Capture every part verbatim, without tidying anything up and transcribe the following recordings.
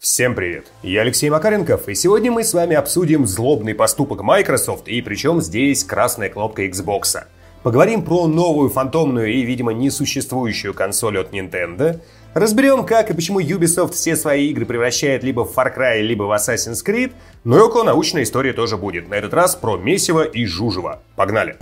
Всем привет, я Алексей Макаренков, и сегодня мы с вами обсудим злобный поступок Microsoft, и причем здесь красная кнопка Xbox. Поговорим про новую фантомную и, видимо, несуществующую консоль от Nintendo. Разберем, как и почему Ubisoft все свои игры превращает либо в Far Cry, либо в Assassin's Creed. Ну и около научная история тоже будет, на этот раз про месиво и жужево. Погнали!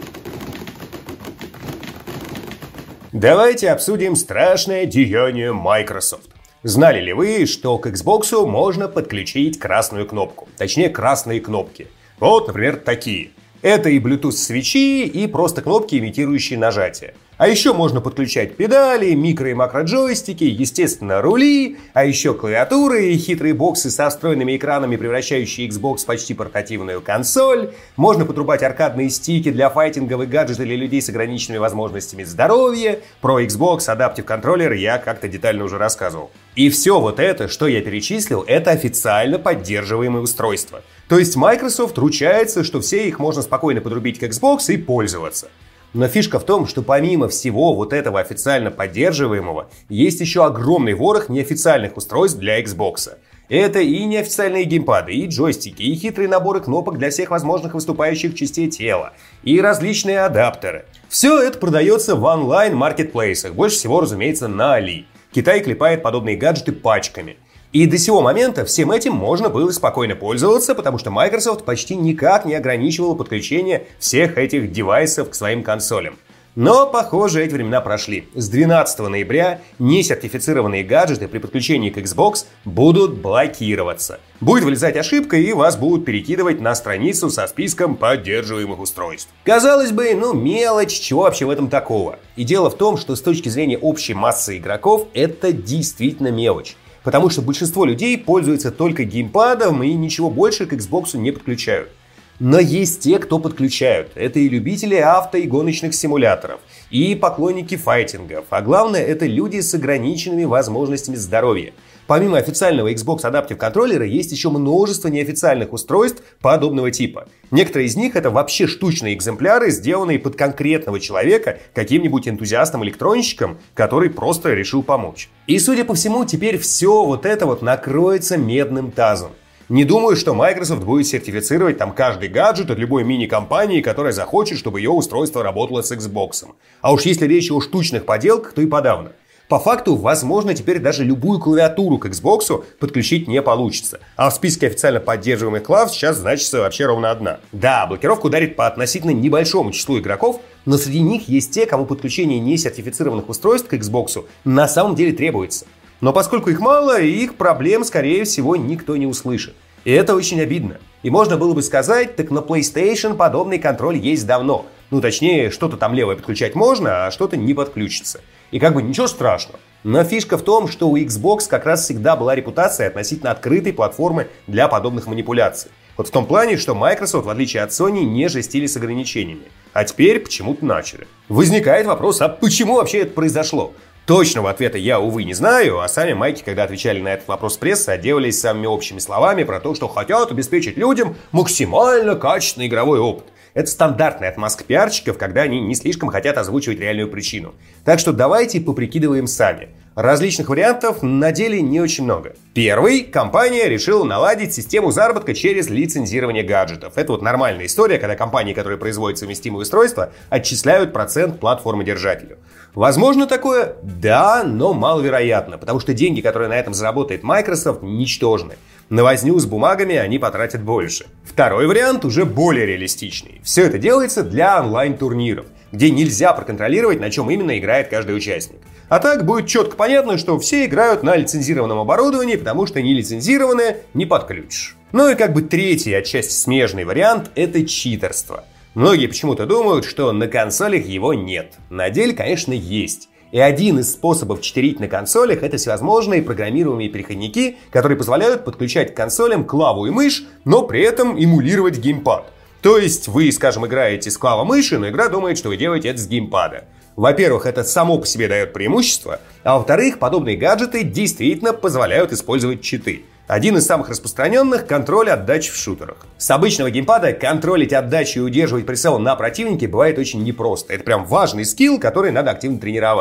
Давайте обсудим страшное деяние Microsoft. Знали ли вы, что к Xbox можно подключить красную кнопку? Точнее, красные кнопки. Вот, например, такие. Это и Bluetooth-свечи, и просто кнопки, имитирующие нажатие. А еще можно подключать педали, микро- и макроджойстики, естественно, рули, а еще клавиатуры и хитрые боксы со встроенными экранами, превращающие Xbox в почти портативную консоль. Можно подрубать аркадные стики для файтинговых гаджетов для людей с ограниченными возможностями здоровья. Про Xbox Adaptive Controller я как-то детально уже рассказывал. И все вот это, что я перечислил, это официально поддерживаемые устройства. То есть Microsoft ручается, что все их можно спокойно подрубить к Xbox и пользоваться. Но фишка в том, что помимо всего вот этого официально поддерживаемого, есть еще огромный ворох неофициальных устройств для Xbox. Это и неофициальные геймпады, и джойстики, и хитрые наборы кнопок для всех возможных выступающих частей тела, и различные адаптеры. Все это продается в онлайн-маркетплейсах, больше всего, разумеется, на Али. Китай клепает подобные гаджеты пачками. И до сего момента всем этим можно было спокойно пользоваться, потому что Microsoft почти никак не ограничивала подключение всех этих девайсов к своим консолям. Но, похоже, эти времена прошли. С двенадцатого ноября несертифицированные гаджеты при подключении к Xbox будут блокироваться. Будет вылезать ошибка, и вас будут перекидывать на страницу со списком поддерживаемых устройств. Казалось бы, ну мелочь, чего вообще в этом такого? И дело в том, что с точки зрения общей массы игроков, это действительно мелочь. Потому что большинство людей пользуются только геймпадом и ничего больше к Xbox не подключают. Но есть те, кто подключают. Это и любители авто- и гоночных симуляторов, и поклонники файтингов. А главное, это люди с ограниченными возможностями здоровья. Помимо официального Xbox Adaptive Controller есть еще множество неофициальных устройств подобного типа. Некоторые из них это вообще штучные экземпляры, сделанные под конкретного человека, каким-нибудь энтузиастом-электронщиком, который просто решил помочь. И судя по всему, теперь все вот это вот накроется медным тазом. Не думаю, что Microsoft будет сертифицировать там каждый гаджет от любой мини-компании, которая захочет, чтобы ее устройство работало с Xbox. А уж если речь о штучных поделках, то и подавно. По факту, возможно, теперь даже любую клавиатуру к Xbox подключить не получится. А в списке официально поддерживаемых клав сейчас значится вообще ровно одна. Да, блокировка ударит по относительно небольшому числу игроков, но среди них есть те, кому подключение несертифицированных устройств к Xbox на самом деле требуется. Но поскольку их мало, их проблем, скорее всего, никто не услышит. И это очень обидно. И можно было бы сказать, так на PlayStation подобный контроль есть давно. Ну, точнее, что-то там левое подключать можно, а что-то не подключится. И как бы ничего страшного. Но фишка в том, что у Xbox как раз всегда была репутация относительно открытой платформы для подобных манипуляций. Вот в том плане, что Microsoft, в отличие от Sony, не жестили с ограничениями. А теперь почему-то начали. Возникает вопрос, а почему вообще это произошло? Точного ответа я, увы, не знаю, а сами майки, когда отвечали на этот вопрос прессы, отделались самыми общими словами про то, что хотят обеспечить людям максимально качественный игровой опыт. Это стандартная отмазка пиарщиков, когда они не слишком хотят озвучивать реальную причину. Так что давайте поприкидываем сами. Различных вариантов на деле не очень много. Первый. Компания решила наладить систему заработка через лицензирование гаджетов. Это вот нормальная история, когда компании, которые производят совместимые устройства, отчисляют процент платформодержателю. Возможно такое? Да, но маловероятно, потому что деньги, которые на этом заработает Microsoft, ничтожны. На возню с бумагами они потратят больше. Второй вариант уже более реалистичный. Все это делается для онлайн-турниров, где нельзя проконтролировать, на чем именно играет каждый участник. А так будет четко понятно, что все играют на лицензированном оборудовании, потому что нелицензированное не подключишь. Ну и как бы третий, отчасти смежный вариант – это читерство. Многие почему-то думают, что на консолях его нет. На деле, конечно, есть. И один из способов читерить на консолях – это всевозможные программируемые переходники, которые позволяют подключать к консолям клаву и мышь, но при этом эмулировать геймпад. То есть вы, скажем, играете с клавомыши, но игра думает, что вы делаете это с геймпада. Во-первых, это само по себе дает преимущество, а во-вторых, подобные гаджеты действительно позволяют использовать читы. Один из самых распространенных – контроль отдачи в шутерах. С обычного геймпада контролить отдачу и удерживать прицел на противнике бывает очень непросто. Это прям важный скилл, который надо активно тренировать.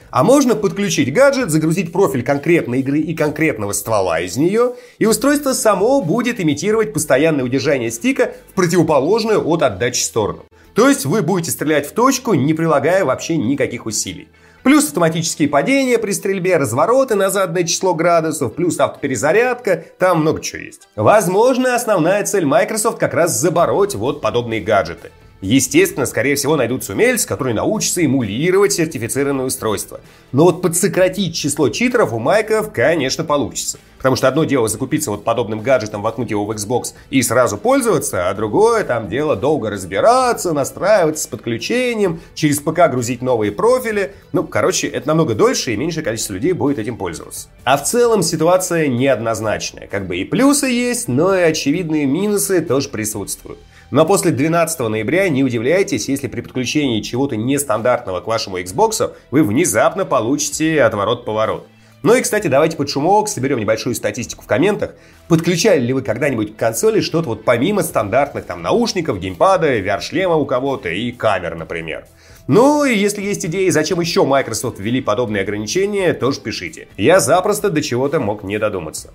А можно подключить гаджет, загрузить профиль конкретной игры и конкретного ствола из нее, и устройство само будет имитировать постоянное удержание стика в противоположную от отдачи сторону. То есть вы будете стрелять в точку, не прилагая вообще никаких усилий. Плюс автоматические падения при стрельбе, развороты на заданное число градусов, плюс автоперезарядка, там много чего есть. Возможно, основная цель Microsoft как раз забороть вот подобные гаджеты. Естественно, скорее всего, найдутся умельцы, которые научатся эмулировать сертифицированное устройство. Но вот подсократить число читеров у майков, конечно, получится. Потому что одно дело закупиться вот подобным гаджетом, воткнуть его в Xbox и сразу пользоваться, а другое там дело долго разбираться, настраиваться с подключением, через ПК грузить новые профили. Ну, короче, это намного дольше и меньшее количество людей будет этим пользоваться. А в целом ситуация неоднозначная. Как бы и плюсы есть, но и очевидные минусы тоже присутствуют. Но после двенадцатого ноября не удивляйтесь, если при подключении чего-то нестандартного к вашему Xbox вы внезапно получите отворот-поворот. Ну и, кстати, давайте под шумок соберем небольшую статистику в комментах. Подключали ли вы когда-нибудь к консоли что-то вот помимо стандартных там наушников, геймпада, ви ар-шлема у кого-то и камер, например? Ну и если есть идеи, зачем еще Microsoft ввели подобные ограничения, тоже пишите. Я запросто до чего-то мог не додуматься.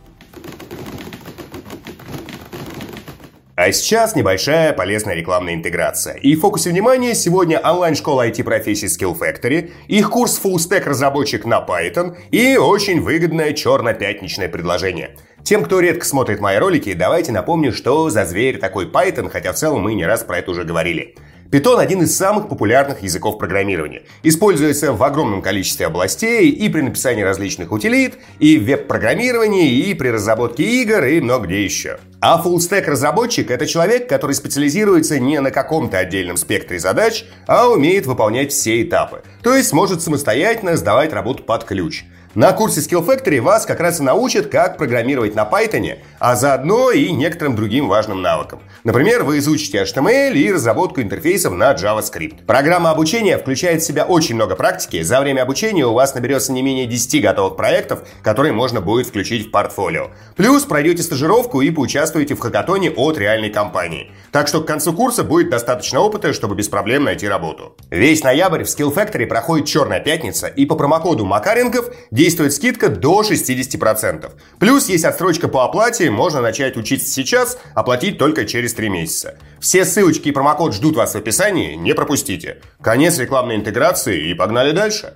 А сейчас небольшая полезная рекламная интеграция. И в фокусе внимания сегодня онлайн-школа ай ти-профессий Skill Factory, их курс Full Stack разработчик на Python и очень выгодное черно-пятничное предложение. Тем, кто редко смотрит мои ролики, давайте напомню, что за зверь такой Python, хотя в целом мы не раз про это уже говорили. Python – один из самых популярных языков программирования. Используется в огромном количестве областей и при написании различных утилит, и в веб-программировании, и при разработке игр, и много где еще. А full-stack разработчик – это человек, который специализируется не на каком-то отдельном спектре задач, а умеет выполнять все этапы. То есть может самостоятельно сдавать работу под ключ. На курсе Skill Factory вас как раз и научат, как программировать на Python, а заодно и некоторым другим важным навыкам. Например, вы изучите эйч ти эм эль и разработку интерфейсов на JavaScript. Программа обучения включает в себя очень много практики. За время обучения у вас наберется не менее десяти готовых проектов, которые можно будет включить в портфолио. Плюс пройдете стажировку и поучаствуете в хакатоне от реальной компании. Так что к концу курса будет достаточно опыта, чтобы без проблем найти работу. Весь ноябрь в Skill Factory проходит Черная пятница, и по промокоду Макаренков действует скидка до шестидесяти процентов. Плюс есть отсрочка по оплате, можно начать учиться сейчас, оплатить только через три месяца. Все ссылочки и промокод ждут вас в описании, не пропустите. Конец рекламной интеграции и погнали дальше.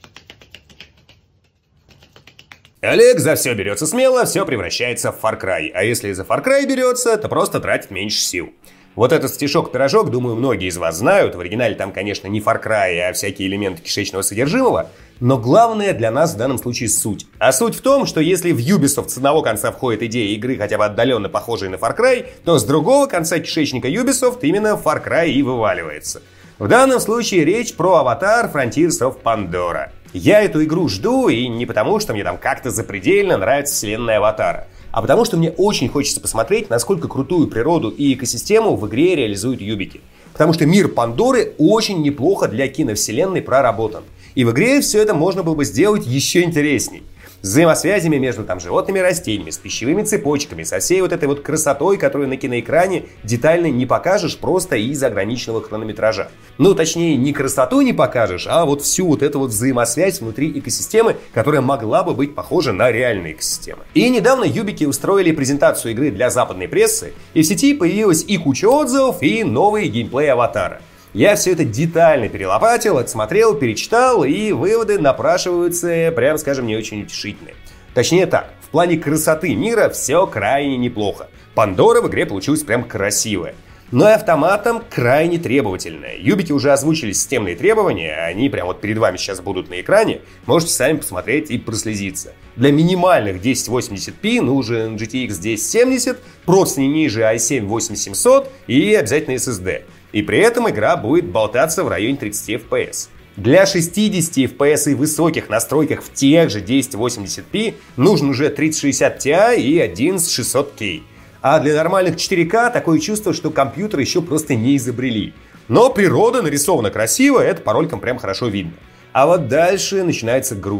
Олег за все берется смело, все превращается в Far Cry. А если за Far Cry берется, то просто тратит меньше сил. Вот этот стишок-пирожок, думаю, многие из вас знают. В оригинале там, конечно, не Far Cry, а всякие элементы кишечного содержимого. Но главное для нас в данном случае суть. А суть в том, что если в Ubisoft с одного конца входит идея игры хотя бы отдаленно похожей на Far Cry, то с другого конца кишечника Ubisoft именно Far Cry и вываливается. В данном случае речь про Avatar Frontiers of Pandora. Я эту игру жду, и не потому, что мне там как-то запредельно нравится вселенная Аватара, а потому что мне очень хочется посмотреть, насколько крутую природу и экосистему в игре реализуют юбики. Потому что мир Пандоры очень неплохо для киновселенной проработан. И в игре все это можно было бы сделать еще интересней. С взаимосвязями между там животными и растениями, с пищевыми цепочками, со всей вот этой вот красотой, которую на киноэкране детально не покажешь просто из-за ограниченного хронометража. Ну, точнее, не красоту не покажешь, а вот всю вот эту вот взаимосвязь внутри экосистемы, которая могла бы быть похожа на реальные экосистемы. И недавно юбики устроили презентацию игры для западной прессы, и в сети появилась и куча отзывов, и новый геймплей Аватара. Я все это детально перелопатил, отсмотрел, перечитал, и выводы напрашиваются, прям скажем, не очень утешительные. Точнее так, в плане красоты мира все крайне неплохо. Пандора в игре получилась прям красивая. Но и автоматом крайне требовательная. Юбики уже озвучили системные требования, они прям вот перед вами сейчас будут на экране. Можете сами посмотреть и прослезиться. Для минимальных десять восемьдесят пи нужен джи ти экс десять семьдесят, процесс не ниже ай семь восемь семьсот и обязательно эс эс ди. И при этом игра будет болтаться в районе тридцати эф пи эс. Для шестидесяти эф пи эс и высоких настройках в тех же десять восемьдесят пи нужен уже тридцать шестьдесят ти и одиннадцать шестьсот кей. А для нормальных четыре ка такое чувство, что компьютер еще просто не изобрели. Но природа нарисована красиво, это по роликам прям хорошо видно. А вот дальше начинается грусть.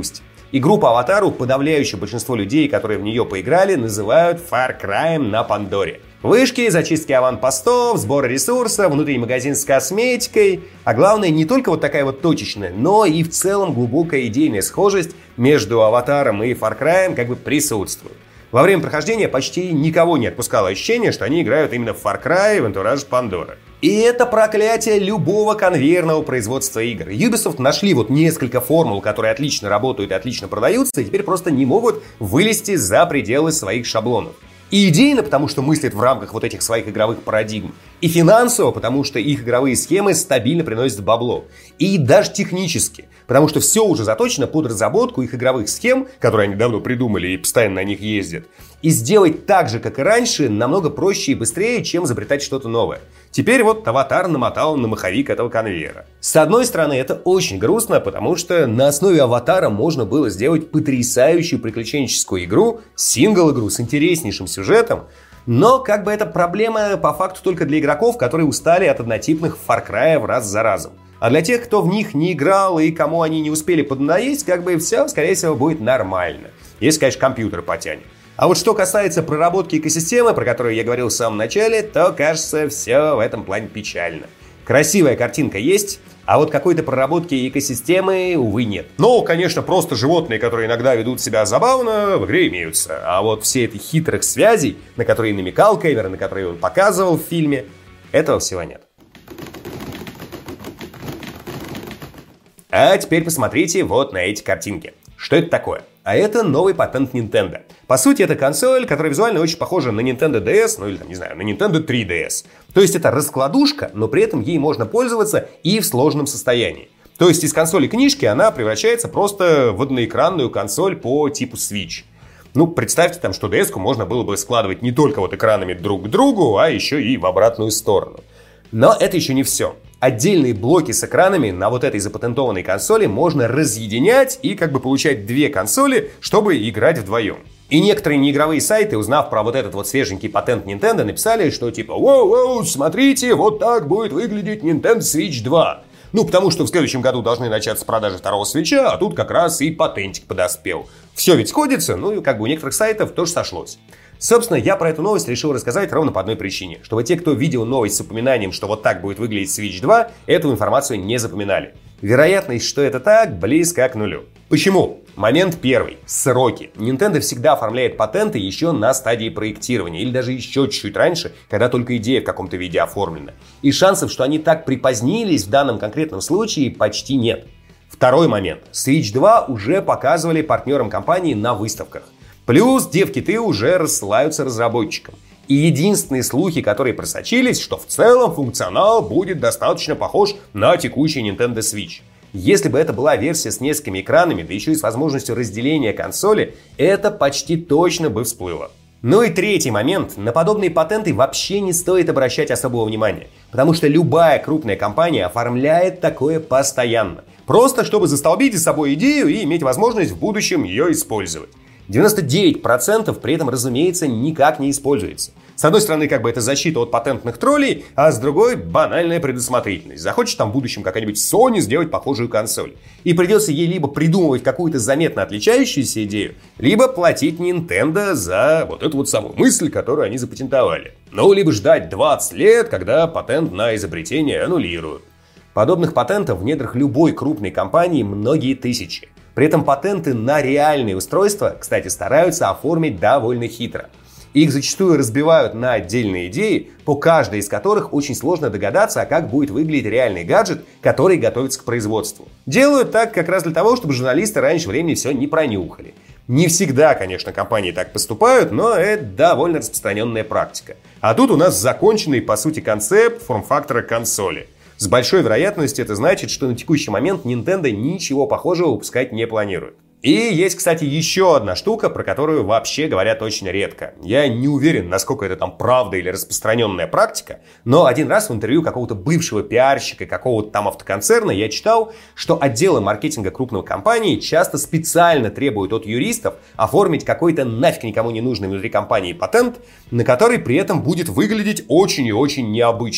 Игру по Аватару подавляющее большинство людей, которые в нее поиграли, называют Far Cry на Пандоре. Вышки, зачистки аванпостов, сбор ресурсов, внутренний магазин с косметикой. А главное, не только вот такая вот точечная, но и в целом глубокая идейная схожесть между Аватаром и Far Cry как бы присутствует. Во время прохождения почти никого не отпускало ощущение, что они играют именно в Far Cry в антураже Пандора. И это проклятие любого конвейерного производства игр. Ubisoft нашли вот несколько формул, которые отлично работают и отлично продаются, и теперь просто не могут вылезти за пределы своих шаблонов. И идейно, потому что мыслят в рамках вот этих своих игровых парадигм. И финансово, потому что их игровые схемы стабильно приносят бабло. И даже технически, потому что все уже заточено под разработку их игровых схем, которые они давно придумали и постоянно на них ездят. И сделать так же, как и раньше, намного проще и быстрее, чем изобретать что-то новое. Теперь вот Аватар намотал на маховик этого конвейера. С одной стороны, это очень грустно, потому что на основе Аватара можно было сделать потрясающую приключенческую игру, сингл-игру с интереснейшим сюжетом, но как бы это проблема по факту только для игроков, которые устали от однотипных Far Cry раз за разом. А для тех, кто в них не играл и кому они не успели поднадоесть, как бы все, скорее всего, будет нормально. Если, конечно, компьютер потянет. А вот что касается проработки экосистемы, про которую я говорил в самом начале, то, кажется, все в этом плане печально. Красивая картинка есть, а вот какой-то проработки экосистемы, увы, нет. Но, конечно, просто животные, которые иногда ведут себя забавно, в игре имеются. А вот все эти хитрых связей, на которые намекал Кэмерон, на которые он показывал в фильме, этого всего нет. А теперь посмотрите вот на эти картинки. Что это такое? А это новый патент Nintendo. По сути, это консоль, которая визуально очень похожа на Nintendo ди эс, ну или, там, не знаю, на Nintendo три ди эс. То есть это раскладушка, но при этом ей можно пользоваться и в сложном состоянии. То есть из консоли книжки она превращается просто в одноэкранную консоль по типу Switch. Ну, представьте там, что ди эс-ку можно было бы складывать не только вот экранами друг к другу, а еще и в обратную сторону. Но это еще не все. Отдельные блоки с экранами на вот этой запатентованной консоли можно разъединять и как бы получать две консоли, чтобы играть вдвоем. И некоторые неигровые сайты, узнав про вот этот вот свеженький патент Nintendo, написали, что типа «Воу-воу, смотрите, вот так будет выглядеть Nintendo Switch два». Ну, потому что в следующем году должны начаться продажи второго свитча, а тут как раз и патентик подоспел. Все ведь сходится, ну и как бы у некоторых сайтов тоже сошлось. Собственно, я про эту новость решил рассказать ровно по одной причине. Чтобы те, кто видел новость с упоминанием, что вот так будет выглядеть Switch два, эту информацию не запоминали. Вероятность, что это так, близка к нулю. Почему? Момент первый. Сроки. Nintendo всегда оформляет патенты еще на стадии проектирования, или даже еще чуть-чуть раньше, когда только идея в каком-то виде оформлена. И шансов, что они так припозднились в данном конкретном случае, почти нет. Второй момент. Switch два уже показывали партнерам компании на выставках. Плюс дев-киты уже рассылаются разработчикам. И единственные слухи, которые просочились, что в целом функционал будет достаточно похож на текущий Nintendo Switch. Если бы это была версия с несколькими экранами, да еще и с возможностью разделения консоли, это почти точно бы всплыло. Ну и третий момент. На подобные патенты вообще не стоит обращать особого внимания. Потому что любая крупная компания оформляет такое постоянно. Просто чтобы застолбить за собой идею и иметь возможность в будущем ее использовать. девяносто девять процентов при этом, разумеется, никак не используется. С одной стороны, как бы это защита от патентных троллей, а с другой банальная предусмотрительность. Захочет там в будущем какая-нибудь Sony сделать похожую консоль. И придется ей либо придумывать какую-то заметно отличающуюся идею, либо платить Nintendo за вот эту вот самую мысль, которую они запатентовали. Ну, либо ждать двадцать лет, когда патент на изобретение аннулируют. Подобных патентов в недрах любой крупной компании многие тысячи. При этом патенты на реальные устройства, кстати, стараются оформить довольно хитро. Их зачастую разбивают на отдельные идеи, по каждой из которых очень сложно догадаться, как будет выглядеть реальный гаджет, который готовится к производству. Делают так как раз для того, чтобы журналисты раньше времени все не пронюхали. Не всегда, конечно, компании так поступают, но это довольно распространенная практика. А тут у нас законченный, по сути, концепт форм-фактора консоли. С большой вероятностью это значит, что на текущий момент Nintendo ничего похожего выпускать не планирует. И есть, кстати, еще одна штука, про которую вообще говорят очень редко. Я не уверен, насколько это там правда или распространенная практика, но один раз в интервью какого-то бывшего пиарщика какого-то там автоконцерна я читал, что отделы маркетинга крупной компании часто специально требуют от юристов оформить какой-то нафиг никому не нужный внутри компании патент, на который при этом будет выглядеть очень и очень необычно.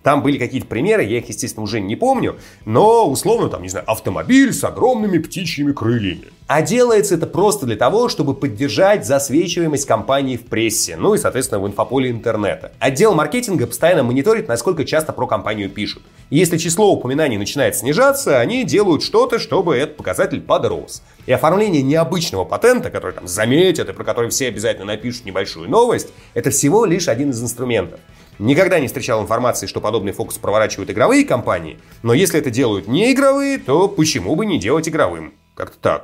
Там были какие-то примеры, я их, естественно, уже не помню, но условно там, не знаю, автомобиль с огромными птичьими крыльями. А делается это просто для того, чтобы поддержать засвечиваемость компании в прессе, ну и, соответственно, в инфополе интернета. Отдел маркетинга постоянно мониторит, насколько часто про компанию пишут. И если число упоминаний начинает снижаться, они делают что-то, чтобы этот показатель подрос. И оформление необычного патента, который там заметят и про который все обязательно напишут небольшую новость, это всего лишь один из инструментов. Никогда не встречал информации, что подобный фокус проворачивают игровые компании, но если это делают не игровые, то почему бы не делать игровым? Как-то так.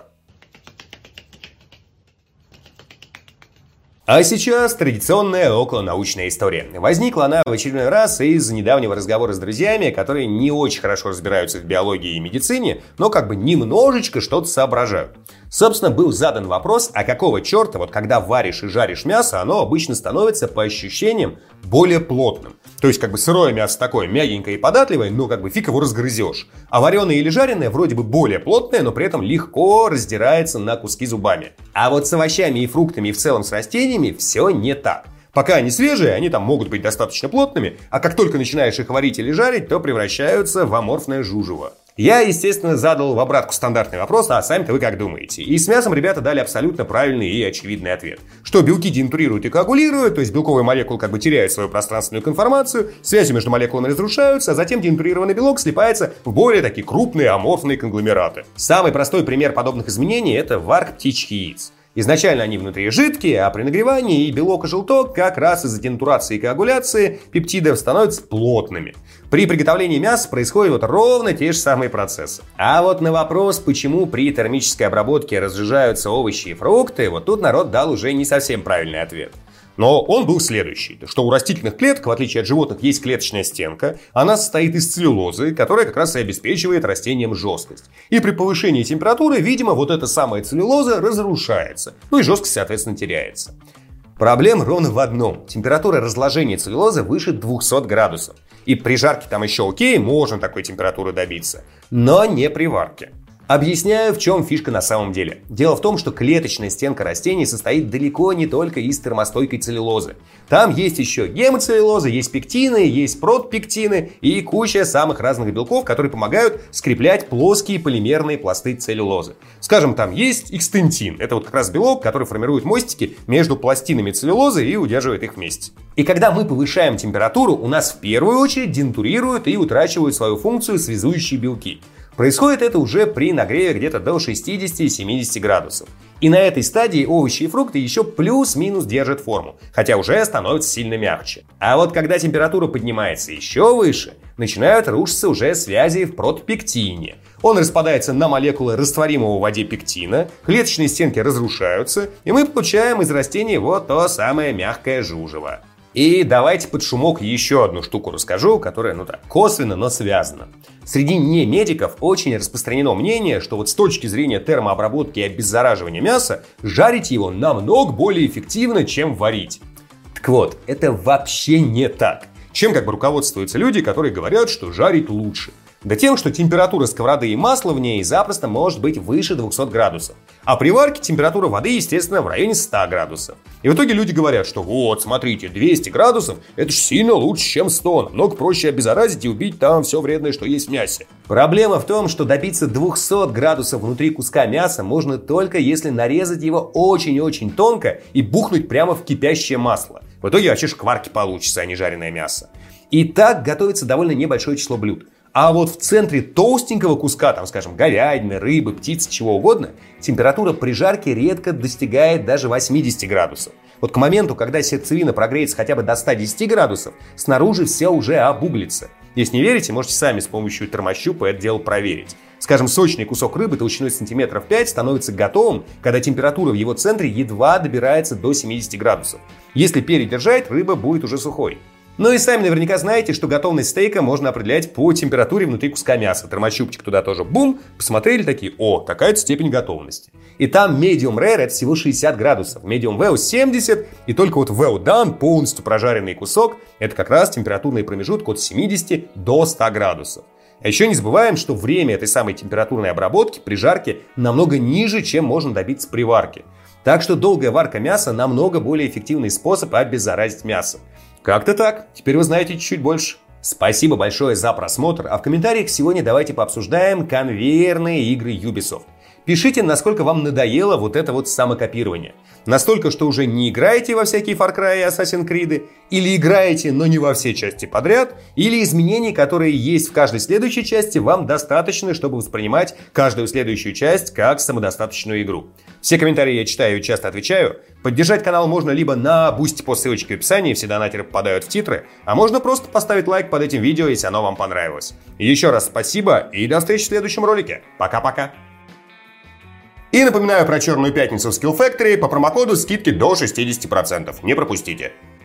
А сейчас традиционная околонаучная история. Возникла она в очередной раз из недавнего разговора с друзьями, которые не очень хорошо разбираются в биологии и медицине, но как бы немножечко что-то соображают. Собственно, был задан вопрос, а какого черта, вот когда варишь и жаришь мясо, оно обычно становится по ощущениям более плотным. То есть как бы сырое мясо такое мягенькое и податливое, но как бы фиг его разгрызешь. А вареное или жареное вроде бы более плотное, но при этом легко раздирается на куски зубами. А вот с овощами и фруктами и в целом с растениями все не так. Пока они свежие, они там могут быть достаточно плотными, а как только начинаешь их варить или жарить, то превращаются в аморфное жужово. Я, естественно, задал в обратку стандартный вопрос, а сами-то вы как думаете? И с мясом ребята дали абсолютно правильный и очевидный ответ. Что белки денатурируют и коагулируют, то есть белковые молекулы как бы теряют свою пространственную конформацию, связи между молекулами разрушаются, а затем денатурированный белок слипается в более такие крупные аморфные конгломераты. Самый простой пример подобных изменений – это варка птичьих яиц. Изначально они внутри жидкие, а при нагревании и белок, и желток как раз из-за денатурации и коагуляции пептидов становятся плотными. При приготовлении мяса происходят вот ровно те же самые процессы. А вот на вопрос, почему при термической обработке разжижаются овощи и фрукты, вот тут народ дал уже не совсем правильный ответ. Но он был следующий, что у растительных клеток, в отличие от животных, есть клеточная стенка. Она состоит из целлюлозы, которая как раз и обеспечивает растениям жесткость. И при повышении температуры, видимо, вот эта самая целлюлоза разрушается. Ну и жесткость, соответственно, теряется. Проблема ровно в одном. Температура разложения целлюлозы выше двухсот градусов. И при жарке там еще окей, можно такой температуры добиться. Но не при варке. Объясняю, в чем фишка на самом деле. Дело в том, что клеточная стенка растений состоит далеко не только из термостойкой целлюлозы. Там есть еще гемоцеллюлоза, есть пектины, есть протпектины и куча самых разных белков, которые помогают скреплять плоские полимерные пласты целлюлозы. Скажем, там есть экстентин. Это вот как раз белок, который формирует мостики между пластинами целлюлозы и удерживает их вместе. И когда мы повышаем температуру, у нас в первую очередь денатурируют и утрачивают свою функцию связующие белки. Происходит это уже при нагреве где-то до шестидесяти-семидесяти градусов. И на этой стадии овощи и фрукты еще плюс-минус держат форму, хотя уже становятся сильно мягче. А вот когда температура поднимается еще выше, начинают рушиться уже связи в протпектине. Он распадается на молекулы растворимого в воде пектина, клеточные стенки разрушаются, и мы получаем из растений вот то самое мягкое жужово. И давайте под шумок еще одну штуку расскажу, которая, ну так, косвенно, но связана. Среди немедиков очень распространено мнение, что вот с точки зрения термообработки и обеззараживания мяса, жарить его намного более эффективно, чем варить. Так вот, это вообще не так. Чем как бы руководствуются люди, которые говорят, что жарить лучше? Да тем, что температура сковороды и масла в ней запросто может быть выше двухсот градусов. А при варке температура воды, естественно, в районе ста градусов. И в итоге люди говорят, что вот, смотрите, двести градусов, это же сильно лучше, чем сто. Намного проще обеззаразить и убить там все вредное, что есть в мясе. Проблема в том, что добиться двухсот градусов внутри куска мяса можно только если нарезать его очень-очень тонко и бухнуть прямо в кипящее масло. В итоге вообще шкварки получится, а не жареное мясо. И так готовится довольно небольшое число блюд. А вот в центре толстенького куска, там, скажем, говядины, рыбы, птицы, чего угодно, температура при жарке редко достигает даже восьмидесяти градусов. Вот к моменту, когда сердцевина прогреется хотя бы до ста десяти градусов, снаружи все уже обуглится. Если не верите, можете сами с помощью термощупа это дело проверить. Скажем, сочный кусок рыбы толщиной сантиметров пять становится готовым, когда температура в его центре едва добирается до семидесяти градусов. Если передержать, рыба будет уже сухой. Ну и сами наверняка знаете, что готовность стейка можно определять по температуре внутри куска мяса. Термощупчик туда тоже бум, посмотрели такие, о, такая-то степень готовности. И там medium rare это всего шестьдесят градусов, medium well семьдесят, и только вот well done, полностью прожаренный кусок, это как раз температурный промежуток от семидесяти до ста градусов. А еще не забываем, что время этой самой температурной обработки при жарке намного ниже, чем можно добиться при варке. Так что долгая варка мяса намного более эффективный способ обеззаразить мясо. Как-то так. Теперь вы знаете чуть-чуть больше. Спасибо большое за просмотр, а в комментариях сегодня давайте пообсуждаем конвейерные игры Ubisoft. Пишите, насколько вам надоело вот это вот самокопирование. Настолько, что уже не играете во всякие Far Cry и Assassin's Creed, или играете, но не во все части подряд, или изменений, которые есть в каждой следующей части, вам достаточно, чтобы воспринимать каждую следующую часть как самодостаточную игру. Все комментарии я читаю и часто отвечаю. Поддержать канал можно либо на Boosty по ссылочке в описании, все донатеры попадают в титры, а можно просто поставить лайк под этим видео, если оно вам понравилось. И еще раз спасибо и до встречи в следующем ролике. Пока-пока. И напоминаю про Черную пятницу в Skill Factory по промокоду скидки до шестидесяти процентов. Не пропустите.